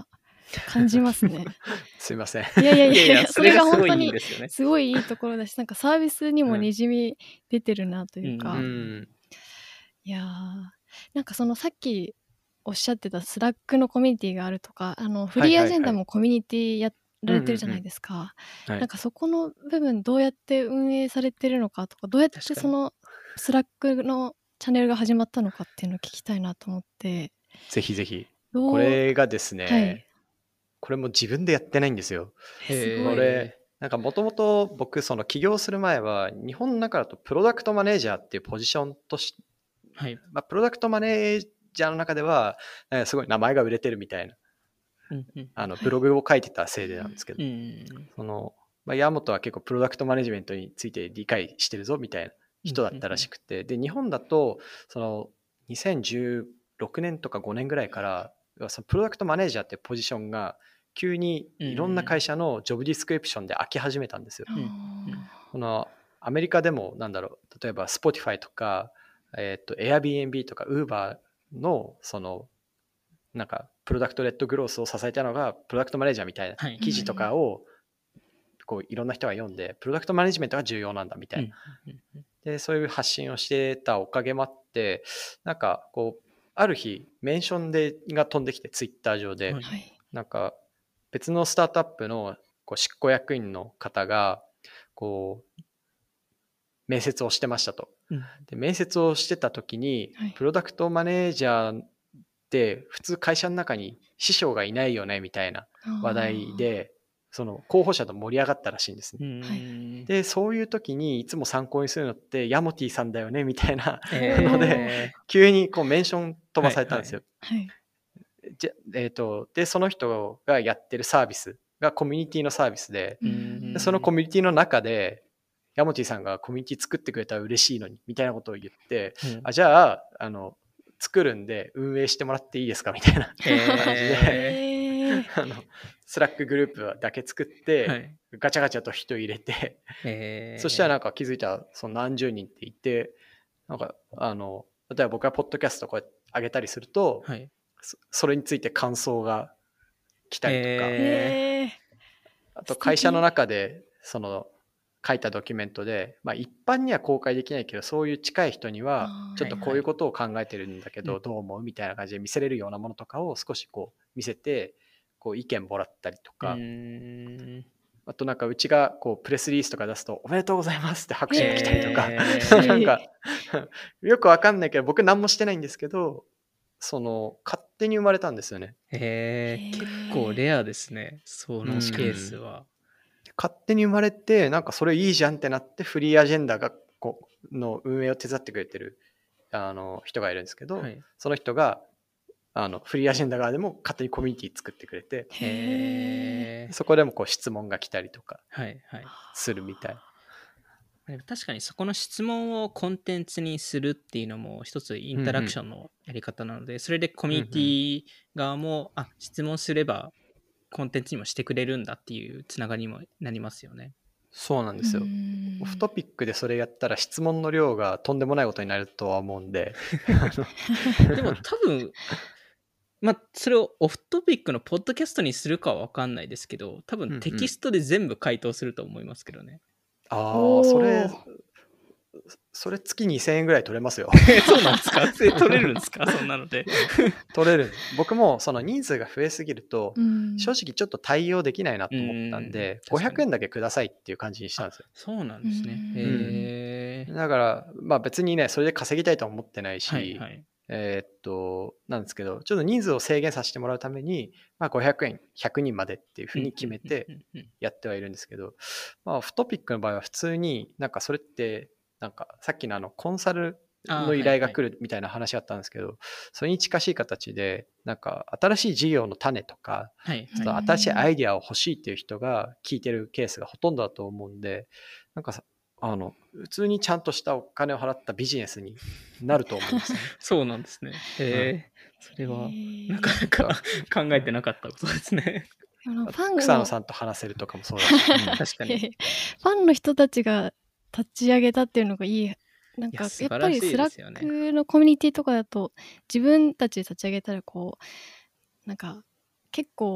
感じますね。 すいません。 いやいやいやいや、 いやいや、 それそれがすごいが本当にいいんですよね。 すごいいいところだし、なんかサービスにもにじみ出てるなといううか、 ん。 いやー、なんかそのさっきおっしゃってたスラックのコミュニティがあるとか、あのフリーアジェンダもコミュニティやられてるじゃないですか。 はいなんかそこの部分どうやって運営されてるのかとか、どうやって確かにそのスラックのチャンネルが始まったのかっていうのを聞きたいなと思って。 ぜひぜひ。 どうこれがですね、 はいこれも自分でやってないんですよ。 えすごい。 これ、なんかもともと僕、その起業する前は、日本の中だとプロダクトマネージャーっていうポジションとし、 はい。 まあ、プロダクトマネージャーの中では、なんかすごい名前が売れてるみたいな、 うんうんあのはいブログを書いてたせいでなんですけど、 うんその、まあ、山本は結構プロダクトマネジメントについて理解してるぞみたいな人だったらしくて、で、日本だと、その、にせんじゅうろくねんとかごねんぐらいから、そのプロダクトマネージャーっていうポジションが、急にいろんな会社のジョブディスクリプションで空き始めたんですよ。 あーこのアメリカでもなんだろう、例えば Spotify とか、えっと Airbnb とか Uber のそのなんかプロダクトレッドグロースを支えたのがプロダクトマネージャーみたいなはい記事とかをこういろんな人が読んで、プロダクトマネジメントが重要なんだみたいな、 うんうんうんでそういう発信をしてたおかげもあって、なんかこうある日メンションでが飛んできてツイッター上で、 はいはいなんか別のスタートアップのこう執行役員の方がこう面接をしてましたと。 うんで面接をしてた時に、 はいプロダクトマネージャーって普通会社の中に師匠がいないよねみたいな話題で、その候補者と盛り上がったらしいんですね。 うんはいでそういう時にいつも参考にするのってヤモティさんだよねみたいなえーので急にこうメンション飛ばされたんですよ。 はいじゃえー、とでその人がやってるサービスがコミュニティのサービスで、 うんでそのコミュニティの中でヤモティさんがコミュニティ作ってくれたら嬉しいのにみたいなことを言って、 うんあじゃああの作るんで運営してもらっていいですかみたいなえ感じで、 えーあのスラックグループだけ作って、 はいガチャガチャと人入れて、 えーそしたらなんか気づいたらその何十人っていて、なんかあの例えば僕がポッドキャストこうやって上げたりすると、 はいそそれについて感想が来たりとか、 ええあと会社の中でその書いたドキュメントで、まあ、一般には公開できないけどそういう近い人にはあーちょっとこういうことを考えてるんだけどはいどう思うみたいな感じで見せれるようなものとかを少しこう見せてこう意見もらったりとーか、 うんあとなんかうちがこうプレスリリースとか出すとおめでとうございますって拍手が来たりとか、 えーなんかよくわかんないけど僕何もしてないんですけどその勝手に生まれたんですよね。 えー、 へー結構レアですね、そのケースは。 勝手に生まれてなんかそれいいじゃんってなってフリーアジェンダがこうの運営を手伝ってくれてるあの人がいるんですけど、 はい、 その人があのフリーアジェンダ側でも勝手にコミュニティ作ってくれて、 へーそこでもこう質問が来たりとかはいはい。 するみたい。 でも確かにそこの質問をコンテンツにするっていうのも一つインタラクションのやり方なので、それでコミュニティ側も、あ、質問すればコンテンツにもしてくれるんだっていうつながりにもなりますよね。 そうなんですよ。オフトピックでそれやったら質問の量がとんでもないことになるとは思うんででも多分まあそれをオフトピックのポッドキャストにするかは分かんないですけど、多分テキストで全部回答すると思いますけどね。 あおーあそれそれ月にせんえんぐらい取れますよえそうなんですか？え取れるんですか？そんなので。 取れる。僕もその人数が増えすぎるとうん正直ちょっと対応できないなと思ったんで、 うんごひゃくえんだけくださいっていう感じにしたんですよ。 そうなんですね。 うんへえ。 だからまあ別にねそれで稼ぎたいとは思ってないし、 はいはい。 えーっとなんですけどちょっと人数を制限させてもらうために、まあ、ごひゃくえんひゃくにんまでっていうふうに決めてうんうんうんうんやってはいるんですけど、まあオフトピックの場合は普通になんかそれってなんかさっきのあのコンサルの依頼が来るみたいな話があったんですけど、それに近しい形でなんか新しい事業の種とかはいその新しいアイディアを欲しいっていう人が聞いてるケースがほとんどだと思うんで、なんかさあの普通にちゃんとしたお金を払ったビジネスになると思うんですね。 そうなんですね。へえ。それはなかなか考えてなかったことですね。 でもファン草野のさんと話せるとかもそうだし、うん確かに。 ファンの人たちが立ち上げたっていうのがいい。なんいかやや素晴らしいっぱりスラですよねックのコミュニティとかだと自分たちで立ち上げたらこうなんか結構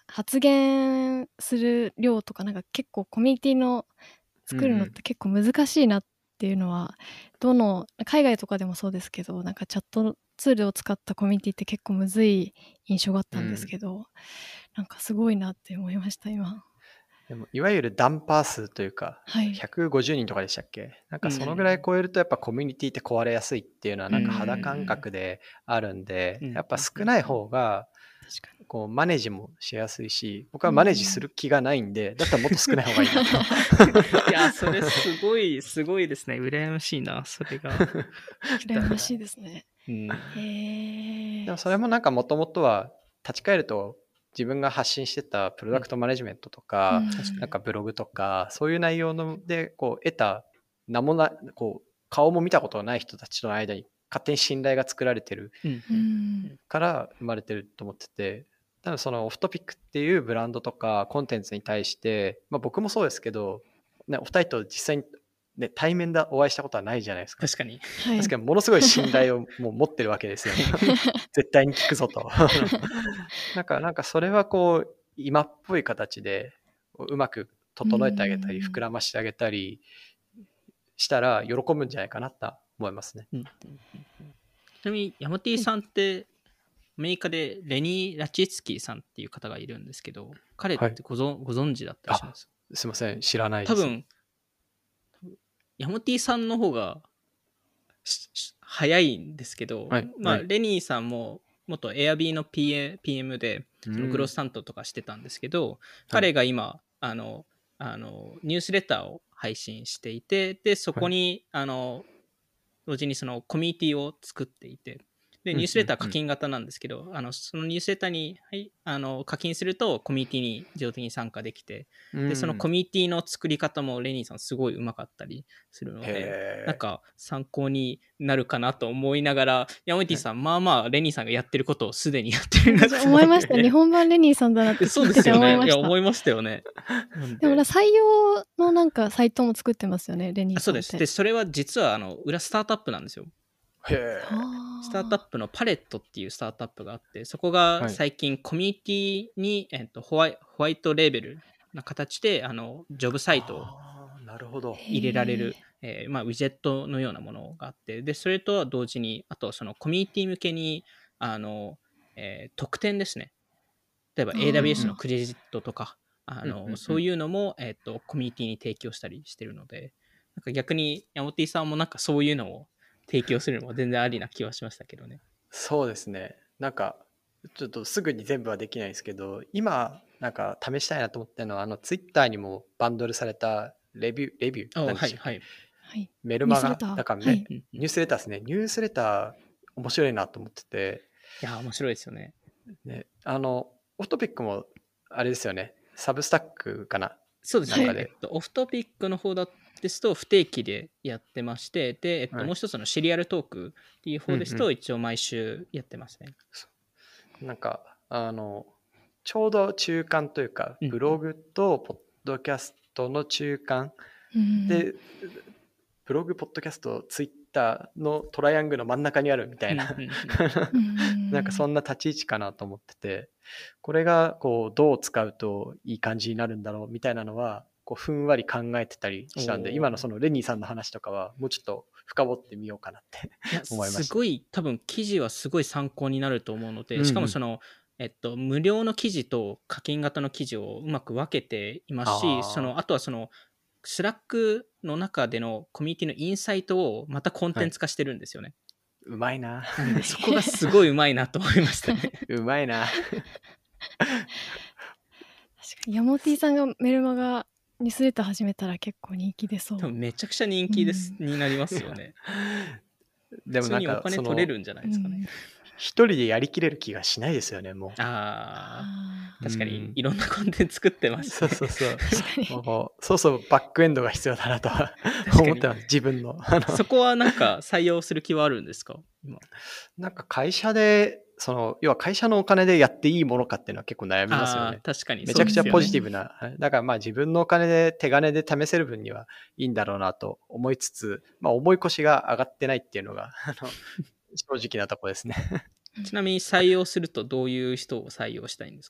発言する量とかなんか結構コミュニティの作るのって結構難しいなっていうのは、どの海外とかでもそうですけど、なんかチャットツールを使ったコミュニティって結構むずい印象があったんですけど、うん、なんかすごいなって思いました今。 でもいわゆるダンパー数というか、はい、ひゃくごじゅうにんとかでしたっけ、なんかそのぐらい超えるとやっぱコミュニティって壊れやすいっていうのはなんか肌感覚であるんで、うん、やっぱ少ない方がこうマネージもしやすいし、僕はマネージする気がないんで、うん、だったらもっと少ない方がいいなと。 いや、それすごいすごいですね。羨ましいな、それが。 羨ましいですね。 うん、 へえ。 でもそれもなんかもともとは立ち返ると自分が発信してたプロダクトマネジメントとか、うん、なんかブログとかそういう内容のでこう得た名もなこう顔も見たことがない人たちとの間に勝手に信頼が作られてるから生まれてると思ってて、多分そのオフトピックっていうブランドとかコンテンツに対して、まあ、僕もそうですけど、ね、お二人と実際にね、対面でお会いしたことはないじゃないですか。 確かに。 確かにものすごい信頼をもう持ってるわけですよ。絶対に聞くぞと。なんか、なんかそれはこう、今っぽい形でうまく整えてあげたり、膨らましてあげたりしたら喜ぶんじゃないかなと思いますね。うん、 ちなみに、ヤマティさんって、アメリカでレニー・ラチツキーさんっていう方がいるんですけど、彼ってご存、はい、ご存知だったりします？ すいません、知らないです。 多分ヤマティさんの方が早いんですけど、はいまあ、はい、レニーさんも元 Airb の ピーエム でそのグロス担当とかしてたんですけど、うん、彼が今、はい、あのあのニュースレターを配信していて、でそこに、はい、あの同時にそのコミュニティを作っていて、でニュースレター課金型なんですけど、うんうんうん、あのそのニュースレターに、はい、あの課金するとコミュニティに自動的に参加できて、うん、でそのコミュニティの作り方もレニーさんすごいうまかったりするので、なんか参考になるかなと思いながら、ヤマティさん、まあまあレニーさんがやってることをすでにやってるなと思いました。日本版レニーさんだなって聞いてて思いました。そうですよね。いや思いましたよね。 でも採用のなんかサイトも作ってますよね、レニーさんって。 そうです。でそれは実はあの裏スタートアップなんですよ。 へスタートアップのパレットっていうスタートアップがあって、そこが最近コミュニティに、えっと、ホワイ、ホワイトレーベルな形であのジョブサイトを入れられる、えーまあ、ウィジェットのようなものがあって、でそれとは同時にあとそのコミュニティ向けにあの、えー、特典ですね。例えば エーダブリューエス のクレジットとかあのそういうのも、えー、とコミュニティに提供したりしてるので、なんか逆にヤマティさんもなんかそういうのを提供するのも全然ありな気はしましたけどね。 そうですね。なんかちょっとすぐに全部はできないですけど、今なんか試したいなと思ってるのは、あのツイッターにもバンドルされたレビューレビューなんでしたっけ、はいはい、メルマガだからね、はい、ニュースレターですね。ニュースレター面白いなと思ってて。 いや面白いですよね。 ね、あのオフトピックもあれですよね。サブスタックかな。 そうですね。えっと、オフトピックの方だですと不定期でやってまして、で、えっと、はい、もう一つのシリアルトークっていう方ですと、一応毎週やってますね。 うんうん、なんかあのちょうど中間というか、ブログとポッドキャストの中間、うん、で、ブログ、ポッドキャスト、ツイッターのトライアングルの真ん中にあるみたいな、なんかそんな立ち位置かなと思ってて、これがこうどう使うといい感じになるんだろうみたいなのは、こうふんわり考えてたりしたんで、今のそのレニーさんの話とかはもうちょっと深掘ってみようかなって思いました。 すごい多分記事はすごい参考になると思うので、しかもその、うんうん、えっと、無料の記事と課金型の記事をうまく分けていますし、そのあとはそのスラックの中でのコミュニティのインサイトをまたコンテンツ化してるんですよね。 はい、うまいな。 なんでそこがすごいうまいなと思いましたね。 うまいな。 確かにヤモティさんがメルマガニュースレター始めたら結構人気出そう。 多分めちゃくちゃ人気です、うん、になりますよね。でもなんか普通にお金取れるんじゃないですかね。 一人でやりきれる気がしないですよね、もう。 ああ、確かにいろんなコンテンツ作ってます、 ね、そうそうそう。もうそうそうバックエンドが必要だなとは思ってます、自分の。 そこはなんか採用する気はあるんですか今。 なんか会社で、その要は会社のお金でやっていいものかっていうのは結構悩みますよね。 確かにめちゃくちゃポジティブな。ね、だからまあ自分のお金で手金で試せる分にはいいんだろうなと思いつつ、まあ重い腰が上がってないっていうのがあの正直なところですね。 ちなみに採用するとどういう人を採用したいんですか？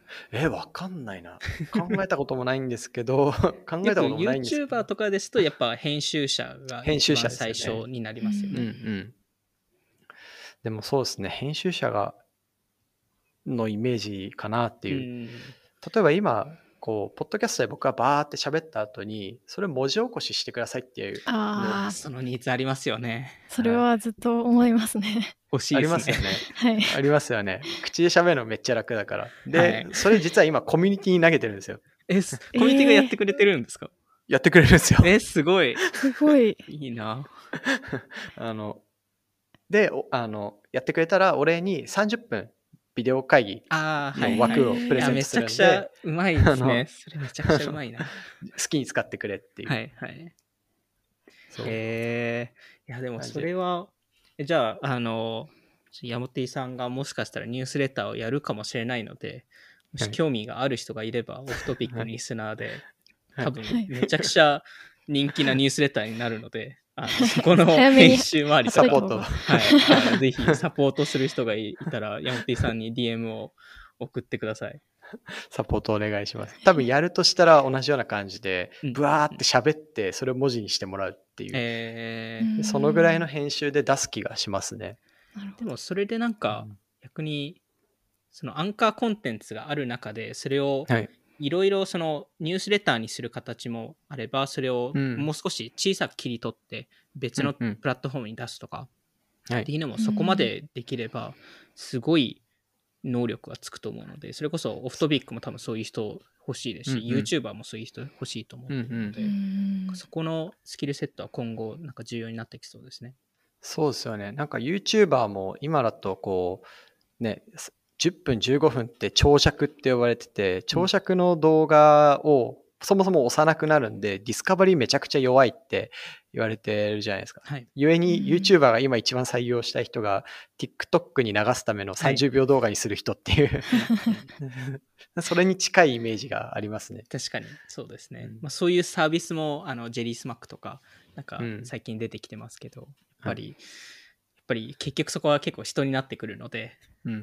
え、わかんないな。考えたこともないんですけど、考えたこともないんですけど。 YouTuber とかですと、やっぱ編集者が一番最初になりますよね。 うんうん。でもそうですね、編集者が、のイメージかなっていう。うん、例えば今、こう、ポッドキャストで僕がバーって喋った後に、それ文字起こししてくださいっていう。 ああ、 そのニーズありますよね。 それはずっと思いますね。 欲しいですね。 ありますよね。 はい。 ありますよね。口で喋るのめっちゃ楽だから。で、はい、それ実は今コミュニティに投げてるんですよ。 え、コミュニティがやってくれてるんですか？ えー、やってくれるんですよ。 え、すごい。 すごい。 いいな。 あの、で、あの、やってくれたらお礼にさんじゅっぷんビデオ会議の枠をプレゼントするんで、 めちゃくちゃうまいですね。それめちゃくちゃうまいな。 好きに使ってくれっていう。 はいはい。へえー、いやでもそれは、じゃあ、あの、ヤモティさんがもしかしたらニュースレターをやるかもしれないので、もし興味がある人がいれば、オフトピックのリスナーで、多分めちゃくちゃ人気なニュースレターになるので、あのそこの編集周りとか、 サポート、 はい、ぜひサポートする人がいたら、ヤモティさんに ディーエム を送ってください。 サポートお願いします。多分やるとしたら同じような感じで、ブワーって喋って、それを文字にしてもらうっていう。えー、そのぐらいの編集で出す気がしますね。 でもそれでなんか、逆に、そのアンカーコンテンツがある中で、それをいろいろそのニュースレターにする形もあれば、それをもう少し小さく切り取って別のプラットフォームに出すとかっていうのもそこまでできればすごい能力がつくと思うので、それこそオフトピックも多分そういう人欲しいですし、うんうん、YouTuber もそういう人欲しいと思っているので、うんうん、そこのスキルセットは今後なんか重要になってきそうですね。 そうですよね。なんか YouTuber も今だとこうね、じゅっぷんじゅうごふんって長尺って呼ばれてて、長尺の動画をそもそも押さなくなるんで、うん、ディスカバリーめちゃくちゃ弱いって言われてるじゃないですか。はい、故に YouTuber が今一番採用したい人が、うん、TikTok に流すためのさんじゅうびょう動画にする人っていう、はい、それに近いイメージがありますね。 確かにそうですね。うんまあ、そういうサービスもあのジェリースマックとかなんか最近出てきてますけど、うん、やっぱり、はい、やっぱり結局そこは結構人になってくるので、うんうん、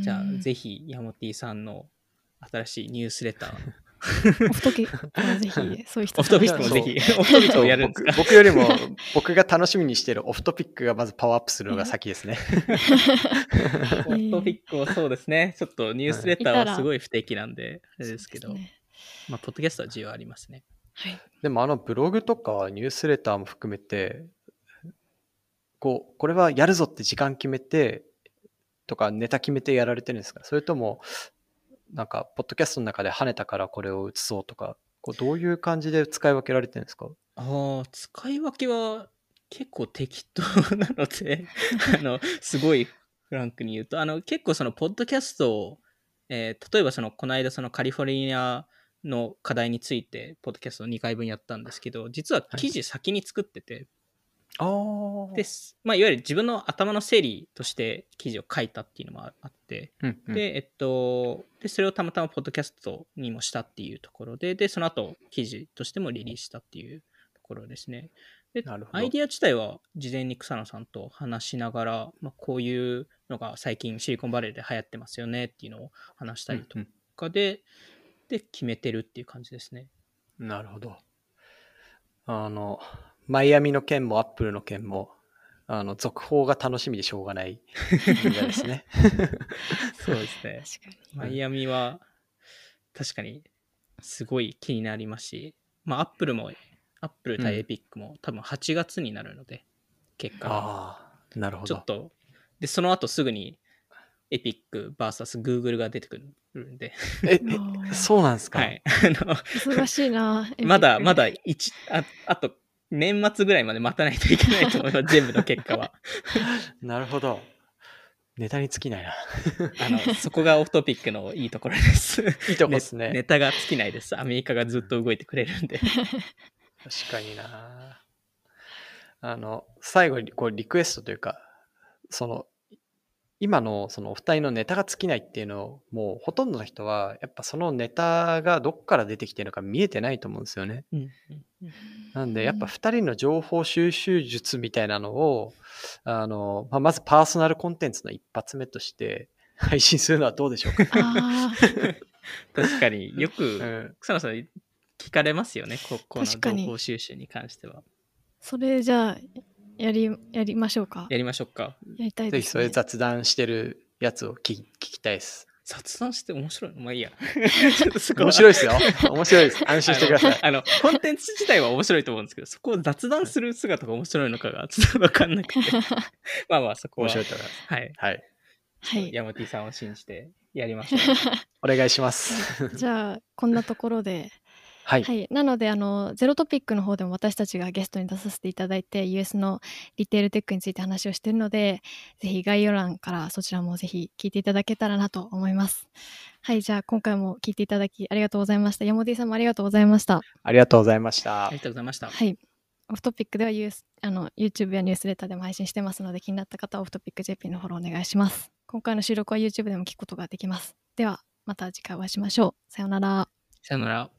じゃあぜひヤモティさんの新しいニュースレターオフトピックもぜひそういう人オフトピックもぜひオフトピックもやるんですか？ 僕よりも僕が楽しみにしているオフトピックがまずパワーアップするのが先ですね。 オフトピックもそうですね。ちょっとニュースレターはすごい不定期なんであれですけど、ね、まあポッドキャストは需要ありますね。 はい、 でもあのブログとかニュースレターも含めてこうこれはやるぞって時間決めてとかネタ決めてやられてるんですか？それともなんかポッドキャストの中で跳ねたからこれを移そうとか、こうどういう感じで使い分けられてるんですか？ ああ、使い分けは結構適当なのであのすごいフランクに言うと、あの結構そのポッドキャストを、えー、例えばそのこの間そのカリフォルニアの課題についてポッドキャストをにかいぶんやったんですけど、実は記事先に作ってて、はいでまあ、いわゆる自分の頭の整理として記事を書いたっていうのもあって、うんうん、で、えっと、でそれをたまたまポッドキャストにもしたっていうところで、でその後記事としてもリリースしたっていうところですね。でアイディア自体は事前に草野さんと話しながら、まあ、こういうのが最近シリコンバレーで流行ってますよねっていうのを話したりとかで、うんうん、で決めてるっていう感じですね。 なるほど。あのマイアミの件もアップルの件もあの続報が楽しみでしょうがない分野ですね。 そうですね。確かにマイアミは確かにすごい気になりますし、まあアップルもアップル対エピックも多分はちがつになるので、うん、結果がああなるほど。 ちょっとでその後すぐにエピック ブイエス Google が出てくるんでえそうなんですか？ はい。 忙しいな。 まだまだ一ああと年末ぐらいまで待たないといけないと思います全部の結果は。 なるほど。ネタに尽きないな。 あのそこがオフトピックのいいところです。 いいとこですね。 ネ, ネタが尽きないです。アメリカがずっと動いてくれるんで。 確かにな。あの最後にこうリクエストというか、その今のそのお二人のネタが尽きないっていうのをもうほとんどの人はやっぱそのネタがどこから出てきてるのか見えてないと思うんですよね。うんうんうん、なんでやっぱ二人の情報収集術みたいなのをあの、まあ、まずパーソナルコンテンツの一発目として配信するのはどうでしょうか。 あ確かによく、 うん、 草野さん聞かれますよね、ここの確かに情報収集に関しては。 それじゃあやりやりましょうか。 やりましょうか。 やりたいですね。 ぜひそれ雑談してるやつを聞き聞きたいです。 雑談して面白いのまあいいや。 面白いですよ。面白いです。安心してください。 あの、コンテンツ自体は面白いと思うんですけど、そこを雑談する姿が面白いのかがちょっと分かんなくて。まあまあ、そこは。 面白いと思います。 はい。 はい。 はい。 ヤモティさんを信じてやりましょう。 お願いします。 じゃあ、こんなところで。 はい、 はい、なのであのゼロトピックの方でも私たちがゲストに出させていただいて ユーエス のリテールテックについて話をしているので、ぜひ概要欄からそちらもぜひ聞いていただけたらなと思います。はい、じゃあ今回も聞いていただきありがとうございました。ヤモティさんもありがとうございました。 ありがとうございました。 ありがとうございました。 はい、オフトピックでは ユーエス あの YouTube やニュースレターでも配信してますので、気になった方はオフトピック ジェーピー のフォローお願いします。今回の収録は YouTube でも聞くことができます。ではまた次回お会いしましょう。さようなら。 さようなら。